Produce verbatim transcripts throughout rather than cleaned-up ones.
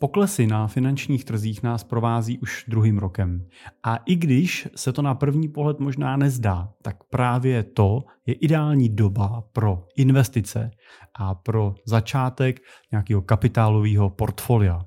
Poklesy na finančních trzích nás provází už druhým rokem. A i když se to na první pohled možná nezdá, tak právě to je ideální doba pro investice a pro začátek nějakého kapitálového portfolia.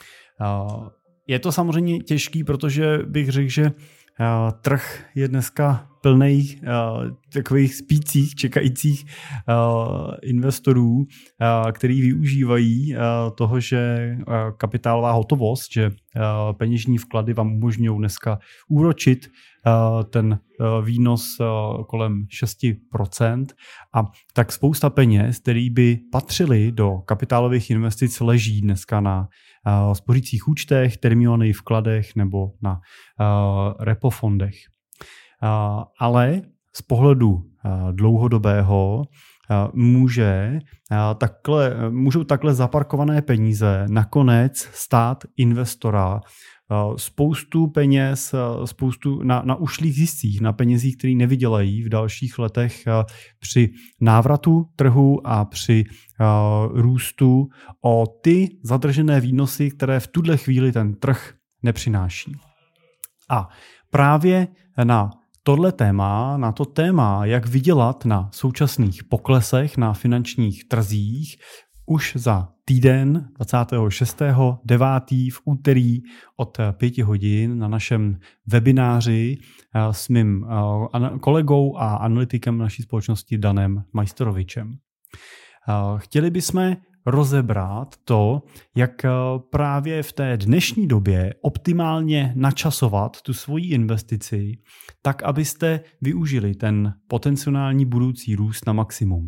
Je to samozřejmě těžký, protože bych řekl, že trh je dneska plnej uh, takových spících, čekajících uh, investorů, uh, který využívají uh, toho, že uh, kapitálová hotovost, že uh, peněžní vklady vám umožňují dneska úročit uh, ten uh, výnos uh, kolem šest procent a tak spousta peněz, který by patřily do kapitálových investic, leží dneska na uh, spořících účtech, termínovaných vkladech nebo na uh, repo fondech. Uh, ale z pohledu uh, dlouhodobého uh, může, uh, takhle, můžou takhle zaparkované peníze nakonec stát investora uh, spoustu peněz, uh, spoustu na, na ušlých ziscích, na penězích, které nevydělají v dalších letech uh, při návratu trhu a při uh, růstu o ty zadržené výnosy, které v tuhle chvíli ten trh nepřináší. A právě na tohle téma, na to téma, jak vydělat na současných poklesech na finančních trzích, už za týden dvacátého šestého devátého v úterý od pěti hodin na našem webináři s mým kolegou a analytikem naší společnosti Danem Majstorovičem. Chtěli bychom rozebrat to, jak právě v té dnešní době optimálně načasovat tu svoji investici, tak abyste využili ten potenciální budoucí růst na maximum.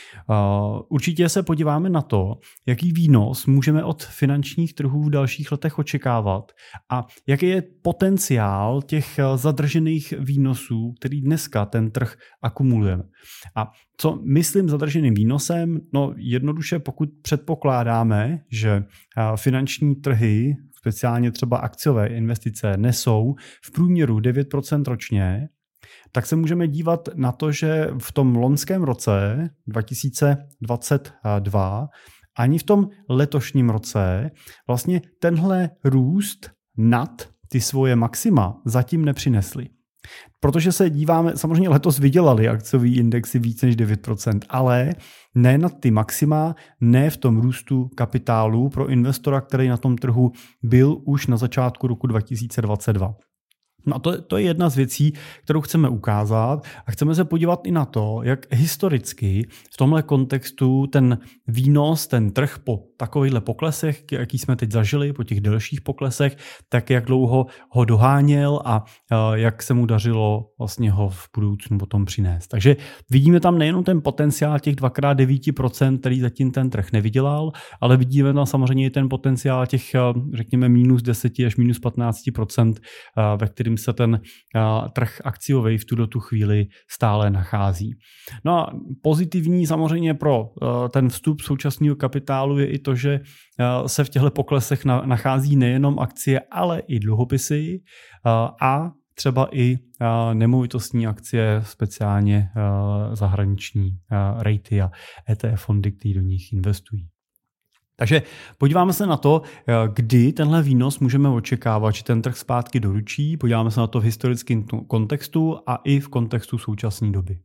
Určitě se podíváme na to, jaký výnos můžeme od finančních trhů v dalších letech očekávat a jaký je potenciál těch zadržených výnosů, který dneska ten trh akumuluje. A co myslím zadrženým výnosem? No jednoduše, pokud předpokládáme, že finanční trhy, speciálně třeba akciové investice, nesou v průměru devět procent ročně, tak se můžeme dívat na to, že v tom loňském roce dva tisíce dvacet dva ani v tom letošním roce vlastně tenhle růst nad ty svoje maxima zatím nepřinesli. Protože se díváme, samozřejmě letos vydělali akciový indexy víc než devět procent, ale ne nad ty maxima, ne v tom růstu kapitálu pro investora, který na tom trhu byl už na začátku roku dva tisíce dvacet dva. No a to, to je jedna z věcí, kterou chceme ukázat a chceme se podívat i na to, jak historicky v tomhle kontextu ten výnos, ten trh po takovýchhle poklesech, jaký jsme teď zažili, po těch delších poklesech, tak jak dlouho ho doháněl a jak se mu dařilo vlastně ho v budoucnu potom přinést. Takže vidíme tam nejenom ten potenciál těch dvakrát devět procent, který zatím ten trh nevydělal, ale vidíme tam samozřejmě i ten potenciál těch, řekněme, minus deset až minus patnáct procent, ve kterým se ten uh, trh akciový v tuto tu chvíli stále nachází. No a pozitivní samozřejmě pro uh, ten vstup současného kapitálu je i to, že uh, se v těchto poklesech na, nachází nejenom akcie, ale i dluhopisy uh, a třeba i uh, nemovitostní akcie, speciálně uh, zahraniční uh, rejty a E T F fondy, které do nich investují. Takže podíváme se na to, kdy tenhle výnos můžeme očekávat, či ten trh zpátky doručí, podíváme se na to v historickém kontextu a i v kontextu současné doby.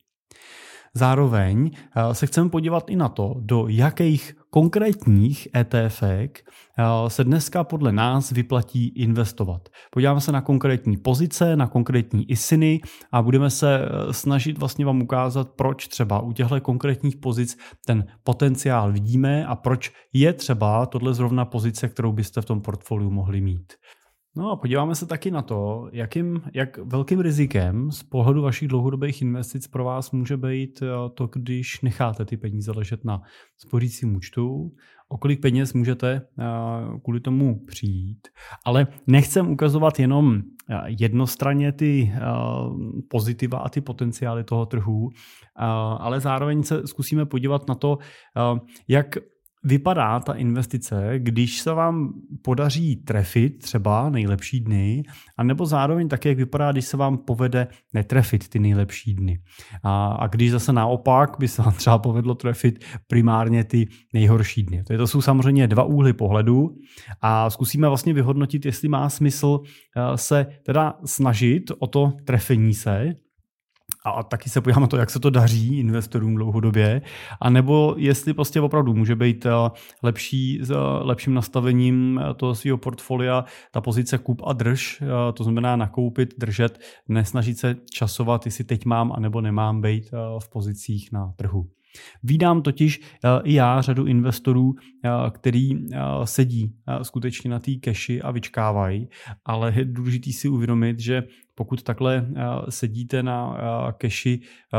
Zároveň se chceme podívat i na to, do jakých konkrétních E T F se dneska podle nás vyplatí investovat. Podíváme se na konkrétní pozice, na konkrétní I S I Ny a budeme se snažit vlastně vám ukázat, proč třeba u těchto konkrétních pozic ten potenciál vidíme a proč je třeba tohle zrovna pozice, kterou byste v tom portfoliu mohli mít. No a podíváme se taky na to, jakým, jak velkým rizikem z pohledu vašich dlouhodobých investic pro vás může být to, když necháte ty peníze ležet na spořícím účtu, o kolik peněz můžete kvůli tomu přijít. Ale nechcem ukazovat jenom jednostranně ty pozitiva a ty potenciály toho trhu, ale zároveň se zkusíme podívat na to, jak vypadá ta investice, když se vám podaří trefit třeba nejlepší dny, anebo zároveň také, jak vypadá, když se vám povede netrefit ty nejlepší dny. A, a když zase naopak by se vám třeba povedlo trefit primárně ty nejhorší dny. To jsou samozřejmě dva úhly pohledu a zkusíme vlastně vyhodnotit, jestli má smysl se teda snažit o to trefení se, a taky se podíváme na to, jak se to daří investorům dlouhodobě, a nebo jestli prostě opravdu může být lepší s lepším nastavením toho svého portfolia ta pozice kup a drž, to znamená nakoupit, držet, nesnažit se časovat, jestli teď mám anebo nemám být v pozicích na trhu. Vídám totiž i já řadu investorů, který sedí skutečně na té keši a vyčkávají, ale je důležité si uvědomit, že pokud takhle sedíte na keši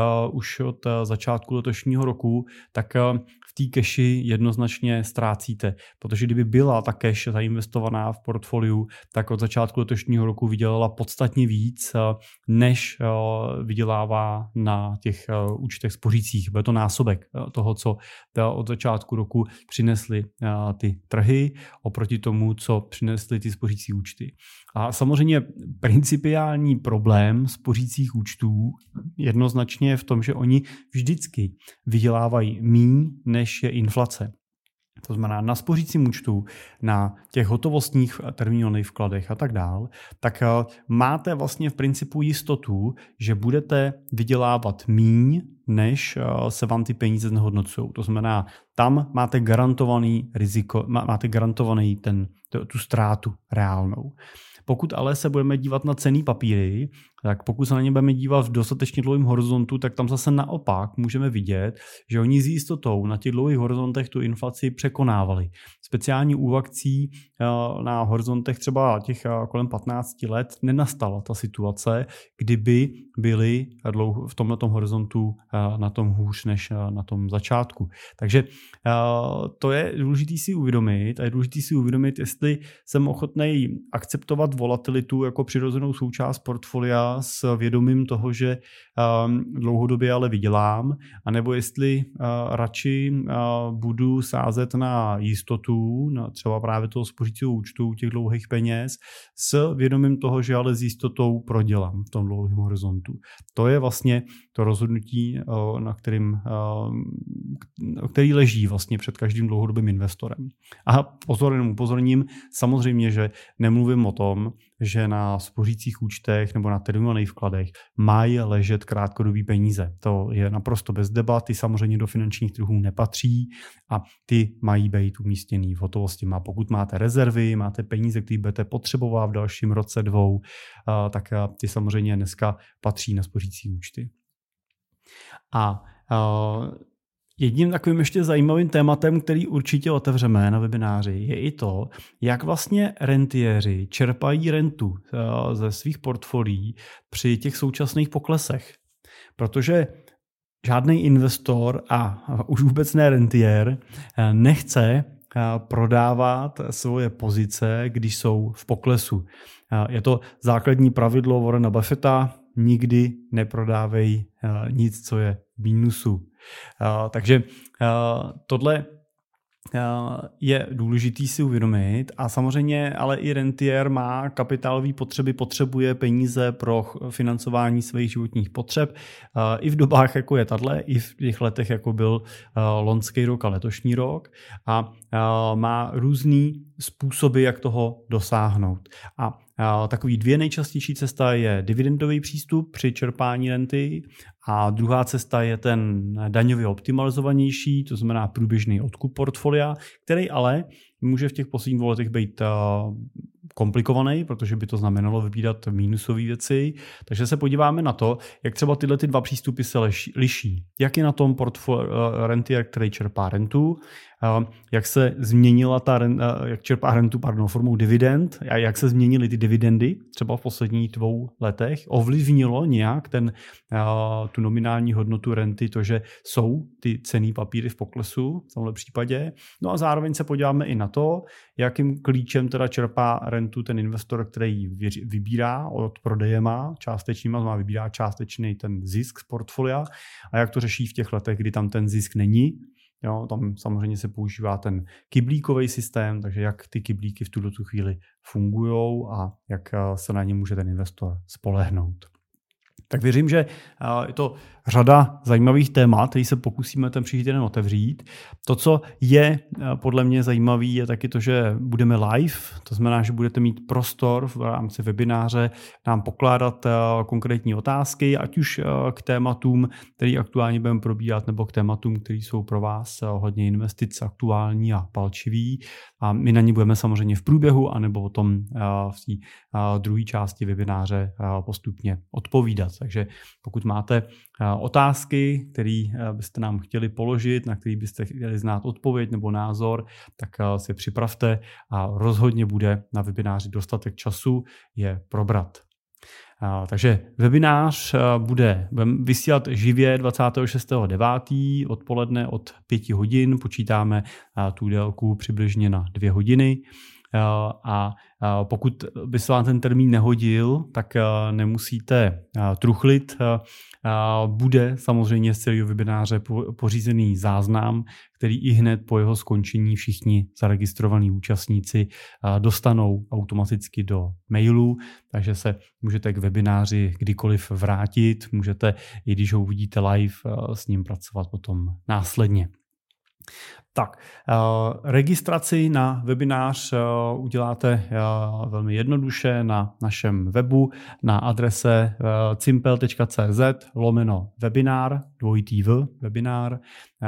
už od začátku letošního roku, tak v té keši jednoznačně ztrácíte, protože kdyby byla ta cash zainvestovaná v portfoliu, tak od začátku letošního roku vydělala podstatně víc, než vydělává na těch účtech spořících. Bude to násobek toho, co od začátku roku přinesly ty trhy oproti tomu, co přinesly ty spořící účty. A samozřejmě principiální problém spořících účtů jednoznačně je v tom, že oni vždycky vydělávají míň, než je inflace. To znamená na spořícím účtu, na těch hotovostních termínovaných vkladech a tak dál, tak máte vlastně v principu jistotu, že budete vydělávat míň, než se vám ty peníze znehodnocují. To znamená, tam máte garantovaný riziko, máte garantovaný ten, tu ztrátu reálnou. Pokud ale se budeme dívat na cenné papíry, tak pokud se na ně budeme dívat v dostatečně dlouhém horizontu, tak tam zase naopak můžeme vidět, že oni s jistotou na těch dlouhých horizontech tu inflaci překonávali. Speciálně u akcí na horizontech třeba těch kolem patnáct let nenastala ta situace, kdyby byli v tomto horizontu na tom hůř než na tom začátku. Takže to je důležité si uvědomit a je důležité si uvědomit, jestli jsem ochotný akceptovat volatilitu jako přirozenou součást portfolia s vědomím toho, že dlouhodobě ale vydělám, anebo jestli radši budu sázet na jistotu, na třeba právě toho spořícího účtu těch dlouhých peněz s vědomím toho, že ale s jistotou prodělám v tom dlouhém horizontu. To je vlastně to rozhodnutí, na kterým, který leží vlastně před každým dlouhodobým investorem. A pozor, jenom upozorním, samozřejmě, že nemluvím o tom, že na spořících účtech nebo na termínovaných vkladech mají ležet krátkodobý peníze. To je naprosto bez debaty, samozřejmě do finančních trhů nepatří a ty mají být umístěný v hotovosti. A pokud máte rezervy, máte peníze, které budete potřebovat v dalším roce, dvou, tak ty samozřejmě dneska patří na spořící účty. A jedním takovým ještě zajímavým tématem, který určitě otevřeme na webináři, je i to, jak vlastně rentiéři čerpají rentu ze svých portfolií při těch současných poklesech. Protože žádný investor a už vůbec ne rentiér nechce prodávat svoje pozice, když jsou v poklesu. Je to základní pravidlo Warrena Buffetta, nikdy neprodávej nic, co je v mínusu. Takže tohle je důležitý si uvědomit a samozřejmě ale i rentiér má kapitálové potřeby, potřebuje peníze pro financování svých životních potřeb i v dobách, jako je tahle, i v těch letech, jako byl loňský rok a letošní rok a má různý způsoby, jak toho dosáhnout. A takový dvě nejčastější cesta je dividendový přístup při čerpání renty a druhá cesta je ten daňově optimalizovanější, to znamená průběžný odkup portfolia, který ale může v těch posledních letech být komplikovaný, protože by to znamenalo vybírat mínusové věci. Takže se podíváme na to, jak třeba tyhle ty dva přístupy se liší. Jak je na tom portfolio rentier, který čerpá rentu, jak se změnila ta renta, jak čerpá rentu, pardon, formou dividend, a jak se změnily ty dividendy třeba v posledních dvou letech. Ovlivnilo nějak ten, tu nominální hodnotu renty, to, že jsou ty cenné papíry v poklesu v tomhle případě. No a zároveň se podíváme i na to, jakým klíčem teda čerpá rentu ten investor, který vybírá od prodejema částečnýma, má vybírá částečný ten zisk z portfolia a jak to řeší v těch letech, kdy tam ten zisk není Jo, tam samozřejmě se používá ten kyblíkový systém, takže jak ty kyblíky v tuto chvíli fungují a jak se na ně může ten investor spolehnout. Tak věřím, že je to řada zajímavých témat, které se pokusíme ten příští týden otevřít. To, co je podle mě zajímavé, je taky to, že budeme live, to znamená, že budete mít prostor v rámci webináře nám pokládat konkrétní otázky, ať už k tématům, který aktuálně budeme probírat, nebo k tématům, které jsou pro vás hodně investic aktuální a palčivý. A my na ně budeme samozřejmě v průběhu, anebo o tom v té druhé části webináře postupně odpovídat. Takže pokud máte otázky, které byste nám chtěli položit, na které byste chtěli znát odpověď nebo názor, tak si připravte a rozhodně bude na webináři dostatek času je probrat. Takže webinář bude vysílat živě dvacátého šestého devátého odpoledne od pěti hodin, počítáme tu délku přibližně na dvě hodiny. A pokud by se vám ten termín nehodil, tak nemusíte truchlit. Bude samozřejmě z celého webináře pořízený záznam, který i hned po jeho skončení všichni zaregistrovaní účastníci dostanou automaticky do mailu, takže se můžete k webináři kdykoliv vrátit, můžete, i když ho uvidíte live, s ním pracovat potom následně. Tak, registraci na webinář uděláte velmi jednoduše na našem webu na adrese cimpel.cz lomeno webinar, dvojitý v, webinar.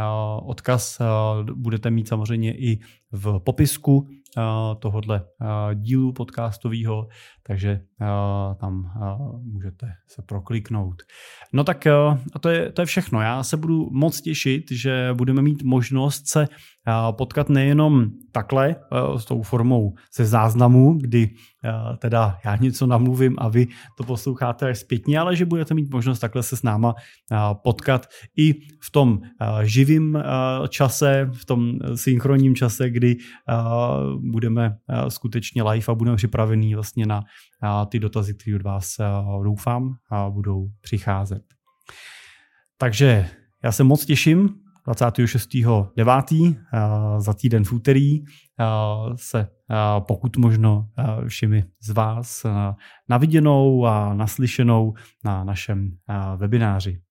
Odkaz budete mít samozřejmě i v popisku tohodle dílu podcastového, takže tam můžete se prokliknout. No tak a to je, to je všechno. Já se budu moc těšit, že budeme mít možnost se potkat nejenom takhle s tou formou se záznamu, kdy teda já něco namluvím a vy to posloucháte až zpětně, ale že budete mít možnost takhle se s náma potkat i v tom živým čase, v tom synchronním čase, kdy budeme skutečně live a budeme připravení vlastně na ty dotazy, které od vás doufám budou přicházet. Takže já se moc těším. dvacátého šestého devátého za týden v úterý se pokud možno všemi z vás na viděnou a naslyšenou na našem webináři.